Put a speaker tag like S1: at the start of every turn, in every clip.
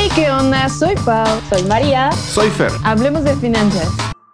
S1: Hey, ¿qué onda? Soy Pau.
S2: Soy María.
S3: Soy Fer.
S1: Hablemos de finanzas.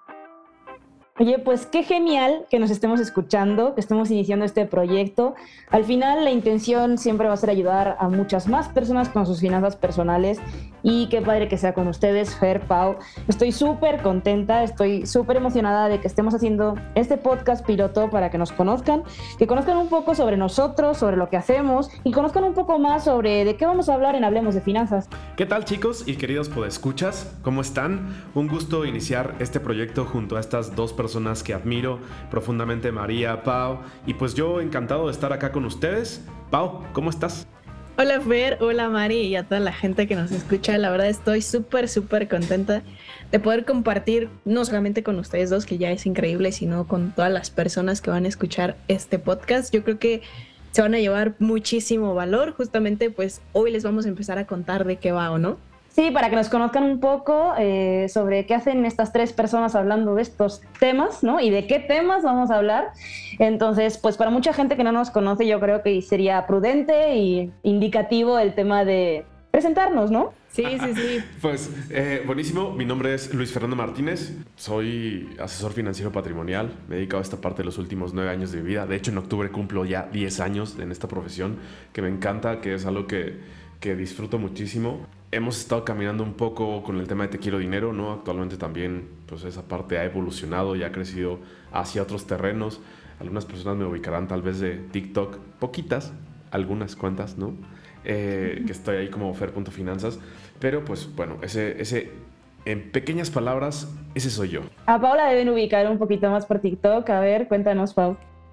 S2: Oye, pues qué genial que nos estemos escuchando, que estemos iniciando este proyecto. Al final, la intención siempre va a ser ayudar a muchas más personas con sus finanzas personales y qué padre que sea con ustedes, Fer, Pau. Estoy súper contenta, estoy súper emocionada de que estemos haciendo este podcast piloto para que nos conozcan, que conozcan un poco sobre nosotros, sobre lo que hacemos y conozcan un poco más sobre de qué vamos a hablar en Hablemos de Finanzas.
S3: ¿Qué tal, chicos y queridos podescuchas? ¿Cómo están? Un gusto iniciar este proyecto junto a estas dos personas que admiro profundamente, María, Pau, y pues yo encantado de estar acá con ustedes. Pau, ¿cómo estás?
S1: Hola Fer, hola Mari y a toda la gente que nos escucha. La verdad estoy súper contenta de poder compartir no solamente con ustedes dos, que ya es increíble, sino con todas las personas que van a escuchar este podcast. Yo creo que se van a llevar muchísimo valor. Justamente pues hoy les vamos a empezar a contar de qué va, ¿o no?
S2: Sí, para que nos conozcan un poco sobre qué hacen estas tres personas hablando de estos temas, ¿no? Y de qué temas vamos a hablar. Entonces, pues para mucha gente que no nos conoce, yo creo que sería prudente y indicativo el tema de presentarnos, ¿no?
S1: Sí.
S3: Pues buenísimo, mi nombre es Luis Fernando Martínez, soy asesor financiero patrimonial, me he dedicado a esta parte de los últimos 9 años de mi vida. De hecho, en octubre cumplo ya 10 años en esta profesión, que me encanta, que es algo que disfruto muchísimo. Hemos estado caminando un poco con el tema de Te Quiero Dinero, ¿no? Actualmente también pues esa parte ha evolucionado y ha crecido hacia otros terrenos. Algunas personas me ubicarán tal vez de TikTok, poquitas, algunas cuantas, ¿no? Que estoy ahí como Fer.finanzas. Pero pues bueno, ese en pequeñas palabras, ese soy yo.
S2: A Paula deben ubicar un poquito más por TikTok. A ver, cuéntanos, Pau.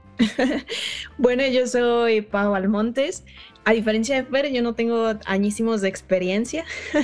S1: Bueno, yo soy Pau Almontes. A diferencia de Fer, yo no tengo añísimos de experiencia.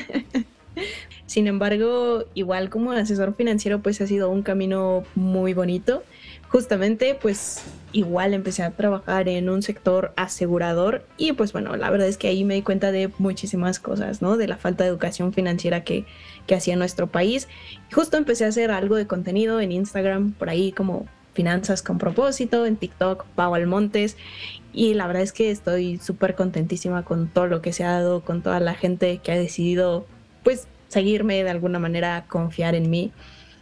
S1: Sin embargo, igual como asesor financiero, pues ha sido un camino muy bonito. Justamente, pues igual empecé a trabajar en un sector asegurador y pues bueno, la verdad es que ahí me di cuenta de muchísimas cosas, ¿no? De la falta de educación financiera que hacía nuestro país. Justo empecé a hacer algo de contenido en Instagram, por ahí como Finanzas con Propósito, en TikTok, Pau Almontes. Y la verdad es que estoy súper contentísima con todo lo que se ha dado, con toda la gente que ha decidido, pues, seguirme de alguna manera, confiar en mí.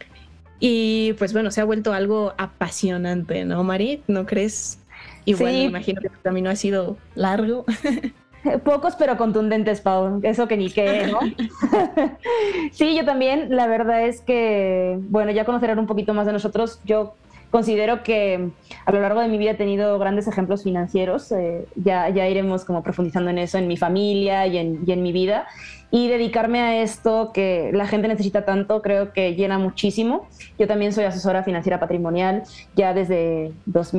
S1: Y pues bueno, se ha vuelto algo apasionante, ¿no, Mari? ¿No crees? Igual
S2: Sí.
S1: Me imagino que tu camino ha sido largo.
S2: Pocos pero contundentes, Pau. Eso que ni qué, ¿no? Sí, yo también. La verdad es que, bueno, ya conocerán un poquito más de nosotros. Yo considero que a lo largo de mi vida he tenido grandes ejemplos financieros. Ya iremos como profundizando en eso, en mi familia y en mi vida. Y dedicarme a esto que la gente necesita tanto, creo que llena muchísimo. Yo también soy asesora financiera patrimonial ya desde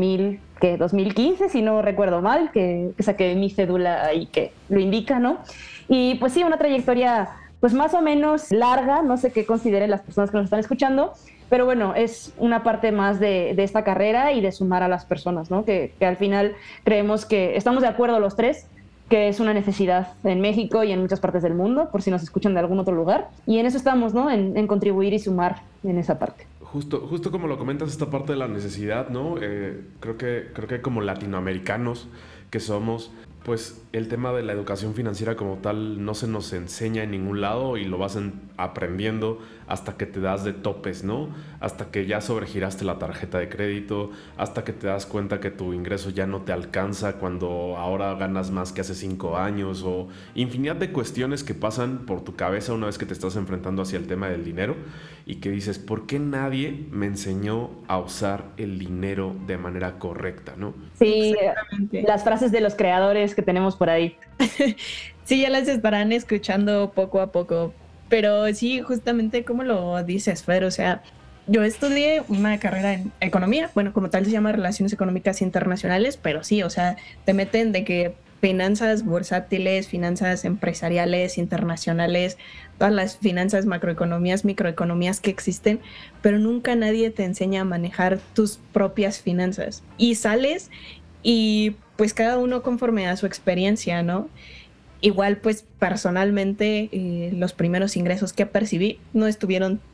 S2: 2015, si no recuerdo mal, que saqué mi cédula y que lo indica, ¿no? Y pues sí, una trayectoria pues más o menos larga, no sé qué consideren las personas que nos están escuchando, pero bueno, es una parte más de esta carrera y de sumar a las personas, ¿no? Que al final creemos que estamos de acuerdo los tres, que es una necesidad en México y en muchas partes del mundo, por si nos escuchan de algún otro lugar. Y en eso estamos, ¿no? En contribuir y sumar en esa parte.
S3: Justo como lo comentas, esta parte de la necesidad, ¿no? Creo que como latinoamericanos que somos, pues el tema de la educación financiera como tal no se nos enseña en ningún lado y lo vas aprendiendo hasta que te das de topes, ¿no? Hasta que ya sobregiraste la tarjeta de crédito, hasta que te das cuenta que tu ingreso ya no te alcanza cuando ahora ganas más que hace 5 años o infinidad de cuestiones que pasan por tu cabeza una vez que te estás enfrentando hacia el tema del dinero y que dices, ¿por qué nadie me enseñó a usar el dinero de manera correcta, ¿no?
S2: Sí, las frases de los creadores que tenemos por ahí.
S1: Sí, ya las estarán escuchando poco a poco. Pero sí, justamente como lo dices, Fer, o sea, yo estudié una carrera en economía, bueno, como tal se llama Relaciones Económicas Internacionales, pero sí, o sea, te meten de que finanzas bursátiles, finanzas empresariales, internacionales, todas las finanzas, macroeconomías, microeconomías que existen, pero nunca nadie te enseña a manejar tus propias finanzas. Y sales y pues cada uno conforme a su experiencia, ¿no? Igual, pues personalmente, los primeros ingresos que percibí no estuvieron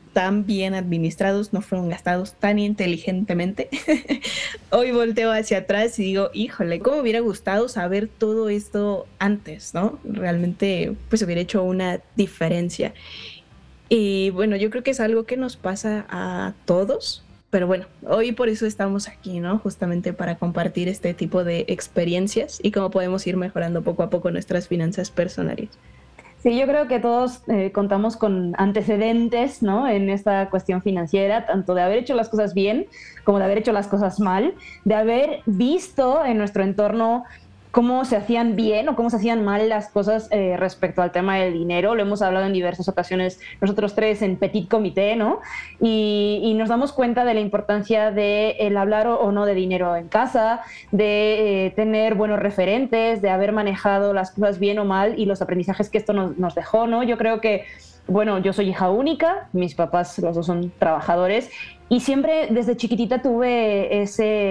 S1: tan bien administrados, no fueron gastados tan inteligentemente. Hoy volteo hacia atrás y digo, híjole, ¿cómo hubiera gustado saber todo esto antes, ¿no? Realmente, pues hubiera hecho una diferencia. Y bueno, yo creo que es algo que nos pasa a todos, pero bueno, hoy por eso estamos aquí, ¿no? Justamente para compartir este tipo de experiencias y cómo podemos ir mejorando poco a poco nuestras finanzas personales.
S2: Sí, yo creo que todos contamos con antecedentes, ¿no? En esta cuestión financiera, tanto de haber hecho las cosas bien como de haber hecho las cosas mal, de haber visto en nuestro entorno cómo se hacían bien o cómo se hacían mal las cosas respecto al tema del dinero. Lo hemos hablado en diversas ocasiones nosotros tres en Petit Comité, ¿no? Y nos damos cuenta de la importancia de el hablar o no de dinero en casa, de tener buenos referentes, de haber manejado las cosas bien o mal y los aprendizajes que esto nos dejó, ¿no? Yo creo que, bueno, yo soy hija única, mis papás los dos son trabajadores y siempre desde chiquitita tuve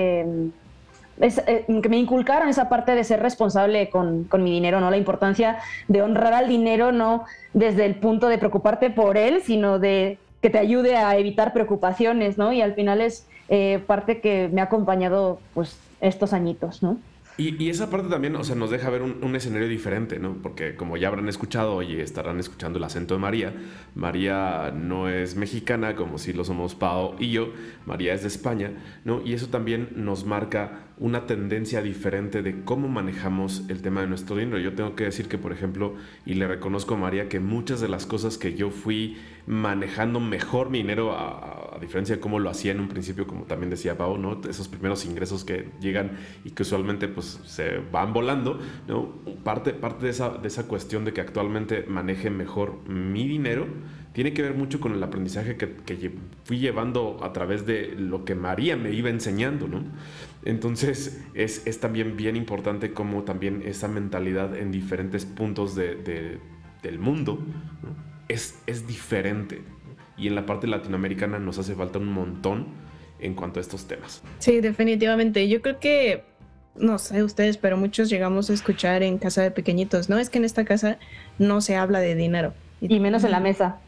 S2: que me inculcaron esa parte de ser responsable con mi dinero, ¿no? La importancia de honrar al dinero, no desde el punto de preocuparte por él, sino de que te ayude a evitar preocupaciones, ¿no? Y al final es parte que me ha acompañado, pues, estos añitos, ¿no?
S3: Y esa parte también, o sea, nos deja ver un escenario diferente, ¿no? Porque como ya habrán escuchado y estarán escuchando el acento de María, María no es mexicana como si lo somos Pao y yo, María es de España, ¿no? Y eso también nos marca una tendencia diferente de cómo manejamos el tema de nuestro dinero. Yo tengo que decir que, por ejemplo, y le reconozco a María que muchas de las cosas que yo fui manejando mejor mi dinero, a diferencia de cómo lo hacía en un principio, como también decía Pau, ¿no? Esos primeros ingresos que llegan y que usualmente pues se van volando, ¿no? Parte de esa cuestión de que actualmente maneje mejor mi dinero tiene que ver mucho con el aprendizaje que fui llevando a través de lo que María me iba enseñando, ¿no? Entonces es también bien importante como también esa mentalidad en diferentes puntos del mundo, ¿no? Es diferente. Y en la parte latinoamericana nos hace falta un montón en cuanto a estos temas.
S1: Sí, definitivamente. Yo creo que, no sé ustedes, pero muchos llegamos a escuchar en casa de pequeñitos, ¿no? Es que en esta casa no se habla de dinero.
S2: Y menos en la mesa.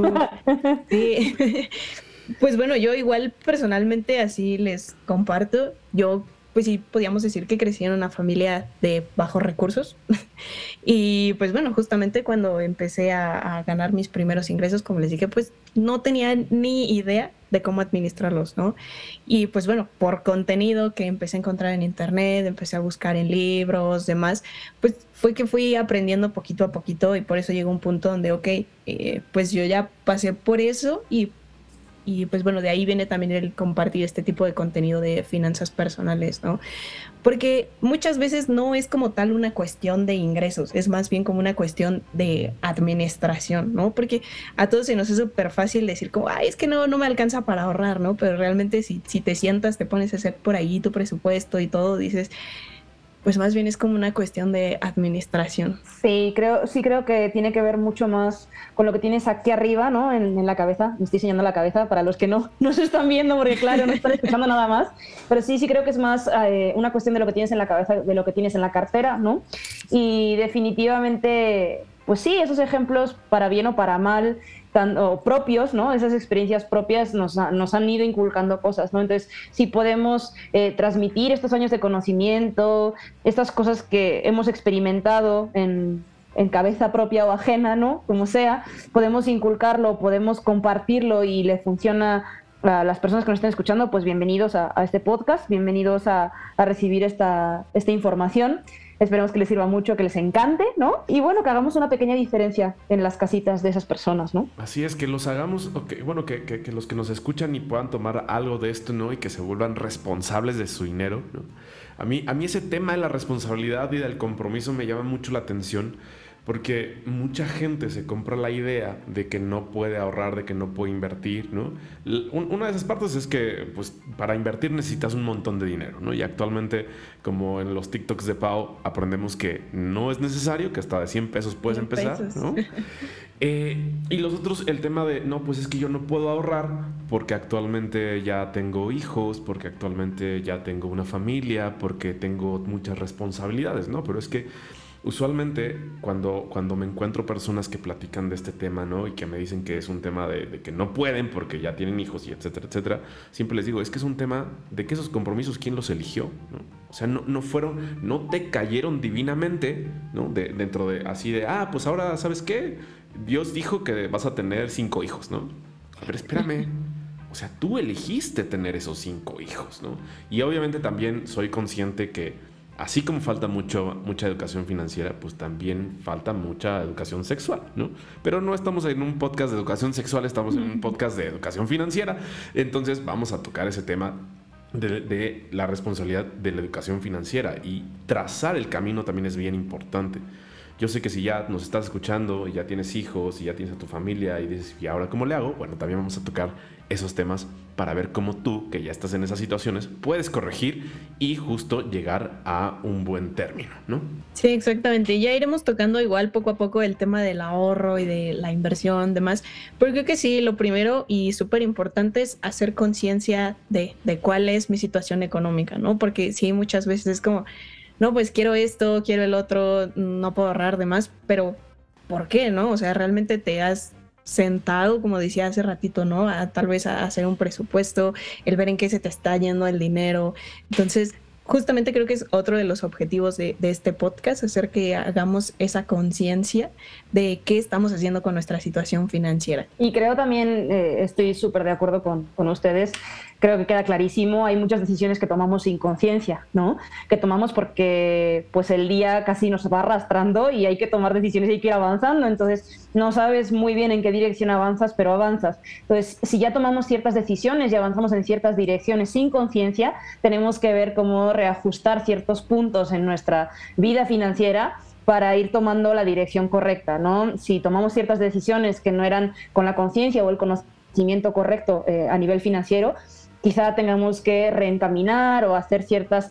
S1: Sí. Pues bueno, yo igual personalmente así les comparto. Yo, pues sí, podíamos decir que crecí en una familia de bajos recursos. Y pues bueno, justamente cuando empecé a ganar mis primeros ingresos, como les dije, pues no tenía ni idea de cómo administrarlos, ¿no? Y pues bueno, por contenido que empecé a encontrar en internet, empecé a buscar en libros, demás, pues fue que fui aprendiendo poquito a poquito y por eso llegó un punto donde, ok, pues yo ya pasé por eso y pues bueno, de ahí viene también el compartir este tipo de contenido de finanzas personales, ¿no? Porque muchas veces no es como tal una cuestión de ingresos, es más bien como una cuestión de administración, ¿no? Porque a todos se nos es súper fácil decir como, ay, es que no me alcanza para ahorrar, ¿no? Pero realmente si te sientas, te pones a hacer por ahí tu presupuesto y todo, dices, pues más bien es como una cuestión de administración.
S2: Sí, creo que tiene que ver mucho más con lo que tienes aquí arriba, ¿no? En la cabeza. Me estoy enseñando la cabeza para los que no se están viendo, porque claro, no están escuchando nada más. Pero sí creo que es más una cuestión de lo que tienes en la cabeza, de lo que tienes en la cartera, ¿no? Y definitivamente, pues sí, esos ejemplos, para bien o para mal, o propios, ¿no? Esas experiencias propias nos han ido inculcando cosas, ¿no? Entonces, si podemos transmitir estos años de conocimiento, estas cosas que hemos experimentado en cabeza propia o ajena, ¿no? Como sea, podemos inculcarlo, podemos compartirlo y le funciona a las personas que nos estén escuchando, pues bienvenidos a este podcast, bienvenidos a recibir esta información. Esperemos que les sirva mucho, que les encante, ¿no? Y bueno, que hagamos una pequeña diferencia en las casitas de esas personas, ¿no?
S3: Así es, que los hagamos, bueno, que los que nos escuchan y puedan tomar algo de esto, ¿no? Y que se vuelvan responsables de su dinero, ¿no? A mí ese tema de la responsabilidad y del compromiso me llama mucho la atención, porque mucha gente se compra la idea de que no puede ahorrar, de que no puede invertir, ¿no? Una de esas partes es que, pues, para invertir necesitas un montón de dinero, ¿no? Y actualmente, como en los TikToks de Pau, aprendemos que no es necesario, que hasta de 100 pesos puedes empezar, ¿no? Y los otros, el tema de, no, pues es que yo no puedo ahorrar porque actualmente ya tengo hijos, porque actualmente ya tengo una familia, porque tengo muchas responsabilidades, ¿no? Pero es que Usualmente cuando me encuentro personas que platican de este tema, ¿no? Y que me dicen que es un tema de que no pueden porque ya tienen hijos y etcétera, etcétera, siempre les digo, es que es un tema de que esos compromisos, ¿quién los eligió? ¿No? O sea, no te cayeron divinamente, ¿no? Dentro de así de, pues ahora, ¿sabes qué? Dios dijo que vas a tener 5 hijos, ¿no? A ver, espérame. O sea, tú elegiste tener esos 5 hijos, ¿no? Y obviamente también soy consciente que así como falta mucha educación financiera, pues también falta mucha educación sexual, ¿no? Pero no estamos en un podcast de educación sexual, estamos en un podcast de educación financiera. Entonces vamos a tocar ese tema de la responsabilidad de la educación financiera, y trazar el camino también es bien importante. Yo sé que si ya nos estás escuchando y ya tienes hijos y ya tienes a tu familia y dices, ¿y ahora cómo le hago? Bueno, también vamos a tocar esos temas para ver cómo tú, que ya estás en esas situaciones, puedes corregir y justo llegar a un buen término, ¿no?
S1: Sí, exactamente. Ya iremos tocando igual poco a poco el tema del ahorro y de la inversión, demás. Pero creo que sí, lo primero y súper importante es hacer conciencia de cuál es mi situación económica, ¿no? Porque sí, muchas veces es como, no, pues quiero esto, quiero el otro, no puedo ahorrar demás, pero ¿por qué, no? O sea, realmente te has sentado, como decía hace ratito, ¿no? Tal vez a hacer un presupuesto, el ver en qué se te está yendo el dinero. Entonces, justamente creo que es otro de los objetivos de este podcast, hacer que hagamos esa conciencia de qué estamos haciendo con nuestra situación financiera.
S2: Y creo también, estoy súper de acuerdo con ustedes, creo que queda clarísimo, hay muchas decisiones que tomamos sin conciencia, ¿no? Que tomamos porque pues el día casi nos va arrastrando y hay que tomar decisiones y hay que ir avanzando, entonces no sabes muy bien en qué dirección avanzas, pero avanzas. Entonces, si ya tomamos ciertas decisiones y avanzamos en ciertas direcciones sin conciencia, tenemos que ver cómo reajustar ciertos puntos en nuestra vida financiera para ir tomando la dirección correcta, ¿no? Si tomamos ciertas decisiones que no eran con la conciencia o el conocimiento correcto a nivel financiero, quizá tengamos que reencaminar o hacer ciertas,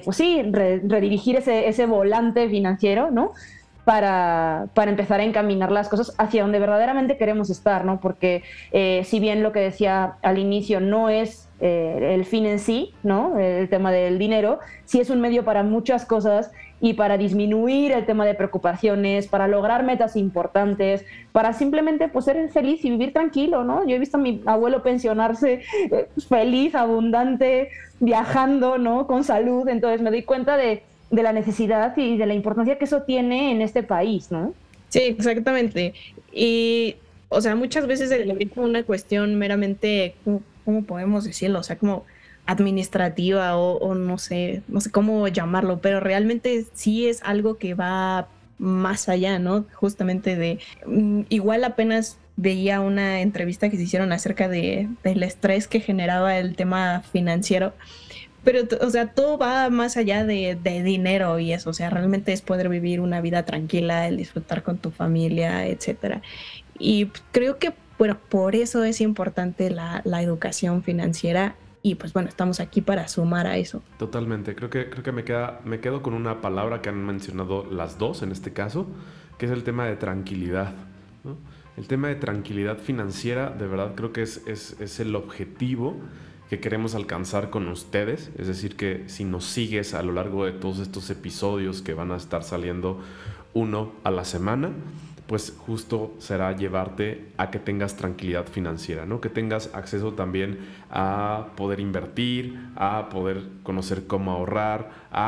S2: redirigir ese volante financiero, ¿no? Para empezar a encaminar las cosas hacia donde verdaderamente queremos estar, ¿no? Porque si bien lo que decía al inicio no es el fin en sí, ¿no? El tema del dinero, sí es un medio para muchas cosas y para disminuir el tema de preocupaciones, para lograr metas importantes, para simplemente pues, ser feliz y vivir tranquilo, ¿no? Yo he visto a mi abuelo pensionarse feliz, abundante, viajando, ¿no? Con salud, entonces me doy cuenta de la necesidad y de la importancia que eso tiene en este país, ¿no?
S1: Sí, exactamente. Y, o sea, muchas veces es una cuestión meramente, ¿cómo podemos decirlo? O sea, como administrativa o no sé cómo llamarlo, pero realmente sí es algo que va más allá, ¿no? Justamente igual apenas veía una entrevista que se hicieron acerca del estrés que generaba el tema financiero. Pero, o sea, todo va más allá de dinero y eso. O sea, realmente es poder vivir una vida tranquila, el disfrutar con tu familia, etcétera. Y creo que, bueno, por eso es importante la educación financiera. Y pues bueno, estamos aquí para sumar a eso.
S3: Totalmente. Creo que me quedo con una palabra que han mencionado las dos en este caso, que es el tema de tranquilidad, ¿no? El tema de tranquilidad financiera, de verdad creo que es el objetivo que queremos alcanzar con ustedes. Es decir, que si nos sigues a lo largo de todos estos episodios que van a estar saliendo uno a la semana, pues justo será llevarte a que tengas tranquilidad financiera, ¿no? Que tengas acceso también a poder invertir, a poder conocer cómo ahorrar,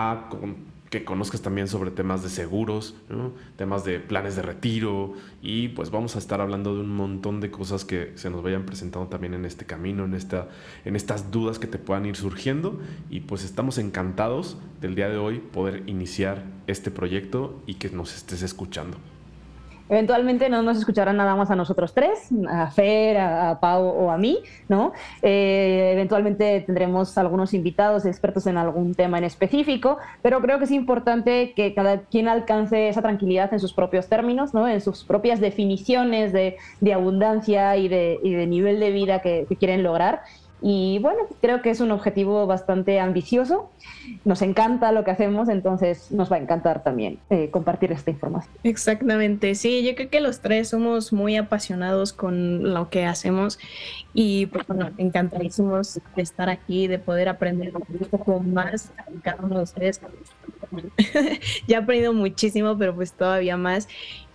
S3: que conozcas también sobre temas de seguros, ¿no? Temas de planes de retiro, y pues vamos a estar hablando de un montón de cosas que se nos vayan presentando también en este camino, en estas dudas que te puedan ir surgiendo, y pues estamos encantados del día de hoy poder iniciar este proyecto y que nos estés escuchando.
S2: Eventualmente no nos escucharán nada más a nosotros tres, a Fer, a Pau o a mí, ¿no? Eventualmente tendremos algunos invitados expertos en algún tema en específico, pero creo que es importante que cada quien alcance esa tranquilidad en sus propios términos, ¿no? En sus propias definiciones de abundancia y de nivel de vida que quieren lograr. Y bueno, creo que es un objetivo bastante ambicioso. Nos encanta lo que hacemos, entonces nos va a encantar también compartir esta información.
S1: Exactamente, sí, yo creo que los tres somos muy apasionados con lo que hacemos y pues bueno, encantadísimos de estar aquí, de poder aprender un poco más de cada uno de ustedes, Ya he aprendido muchísimo, pero pues todavía más.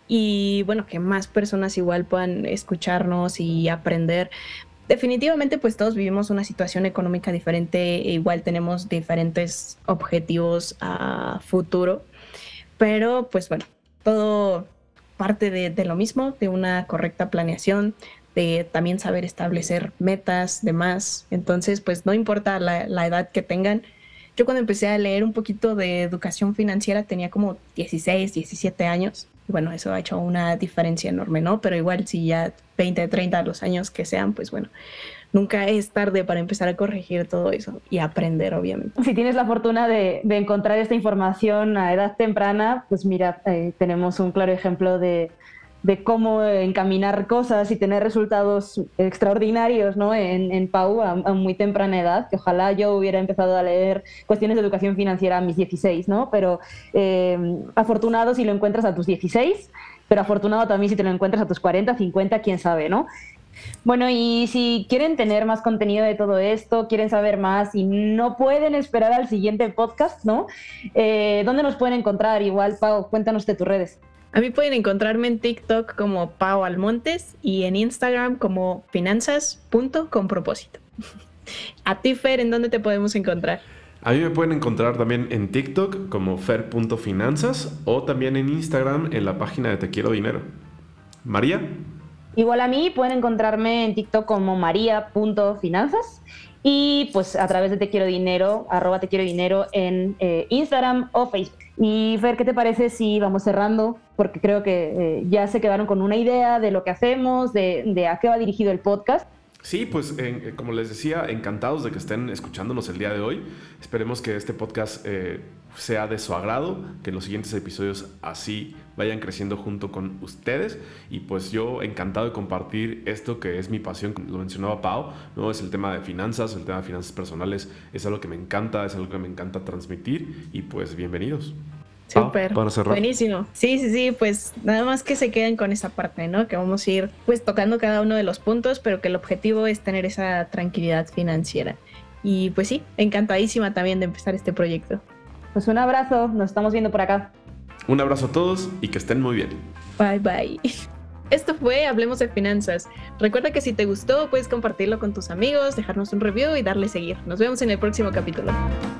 S1: Y bueno, que más personas igual puedan escucharnos y aprender. Definitivamente, pues todos vivimos una situación económica diferente, e igual tenemos diferentes objetivos a futuro, pero pues bueno, todo parte de lo mismo, de una correcta planeación, de también saber establecer metas, demás. Entonces, pues no importa la edad que tengan. Yo cuando empecé a leer un poquito de educación financiera tenía como 16, 17 años. Y bueno, eso ha hecho una diferencia enorme, ¿no? Pero igual si ya 20, 30 los años que sean, pues bueno, nunca es tarde para empezar a corregir todo eso y aprender, obviamente.
S2: Si tienes la fortuna de encontrar esta información a edad temprana, pues mira, tenemos un claro ejemplo de cómo encaminar cosas y tener resultados extraordinarios, ¿no? En Pau a muy temprana edad, que ojalá yo hubiera empezado a leer cuestiones de educación financiera a mis 16, ¿no? Pero afortunado si lo encuentras a tus 16, pero afortunado también si te lo encuentras a tus 40, 50, quién sabe, ¿no? Bueno, y si quieren tener más contenido de todo esto, quieren saber más y no pueden esperar al siguiente podcast, ¿no? ¿Dónde nos pueden encontrar? Igual, Pau, cuéntanos de tus redes.
S1: A mí pueden encontrarme en TikTok como Pau Almontes y en Instagram como finanzas.conpropósito. A ti, Fer, ¿en dónde te podemos encontrar?
S3: A mí me pueden encontrar también en TikTok como fer.finanzas o también en Instagram en la página de Te Quiero Dinero. María.
S2: Igual a mí pueden encontrarme en TikTok como maria.finanzas y pues a través de Te Quiero Dinero, @Te Quiero Dinero en Instagram o Facebook. Y Fer, ¿qué te parece si vamos cerrando? Porque creo que ya se quedaron con una idea de lo que hacemos, de a qué va dirigido el podcast.
S3: Sí, pues como les decía, encantados de que estén escuchándonos el día de hoy. Esperemos que este podcast sea de su agrado, que los siguientes episodios así vayan creciendo junto con ustedes. Y pues yo encantado de compartir esto que es mi pasión, lo mencionaba Pau, ¿no? Es el tema de finanzas, el tema de finanzas personales, es algo que me encanta, es algo que me encanta transmitir y pues bienvenidos.
S1: Súper, buenísimo. Sí, pues nada más que se queden con esa parte, ¿no? Que vamos a ir pues tocando cada uno de los puntos, pero que el objetivo es tener esa tranquilidad financiera. Y pues sí, encantadísima también de empezar este proyecto.
S2: Pues un abrazo, nos estamos viendo por acá.
S3: Un abrazo a todos y que estén muy bien.
S1: Bye, bye. Esto fue Hablemos de Finanzas. Recuerda que si te gustó, puedes compartirlo con tus amigos, dejarnos un review y darle seguir. Nos vemos en el próximo capítulo.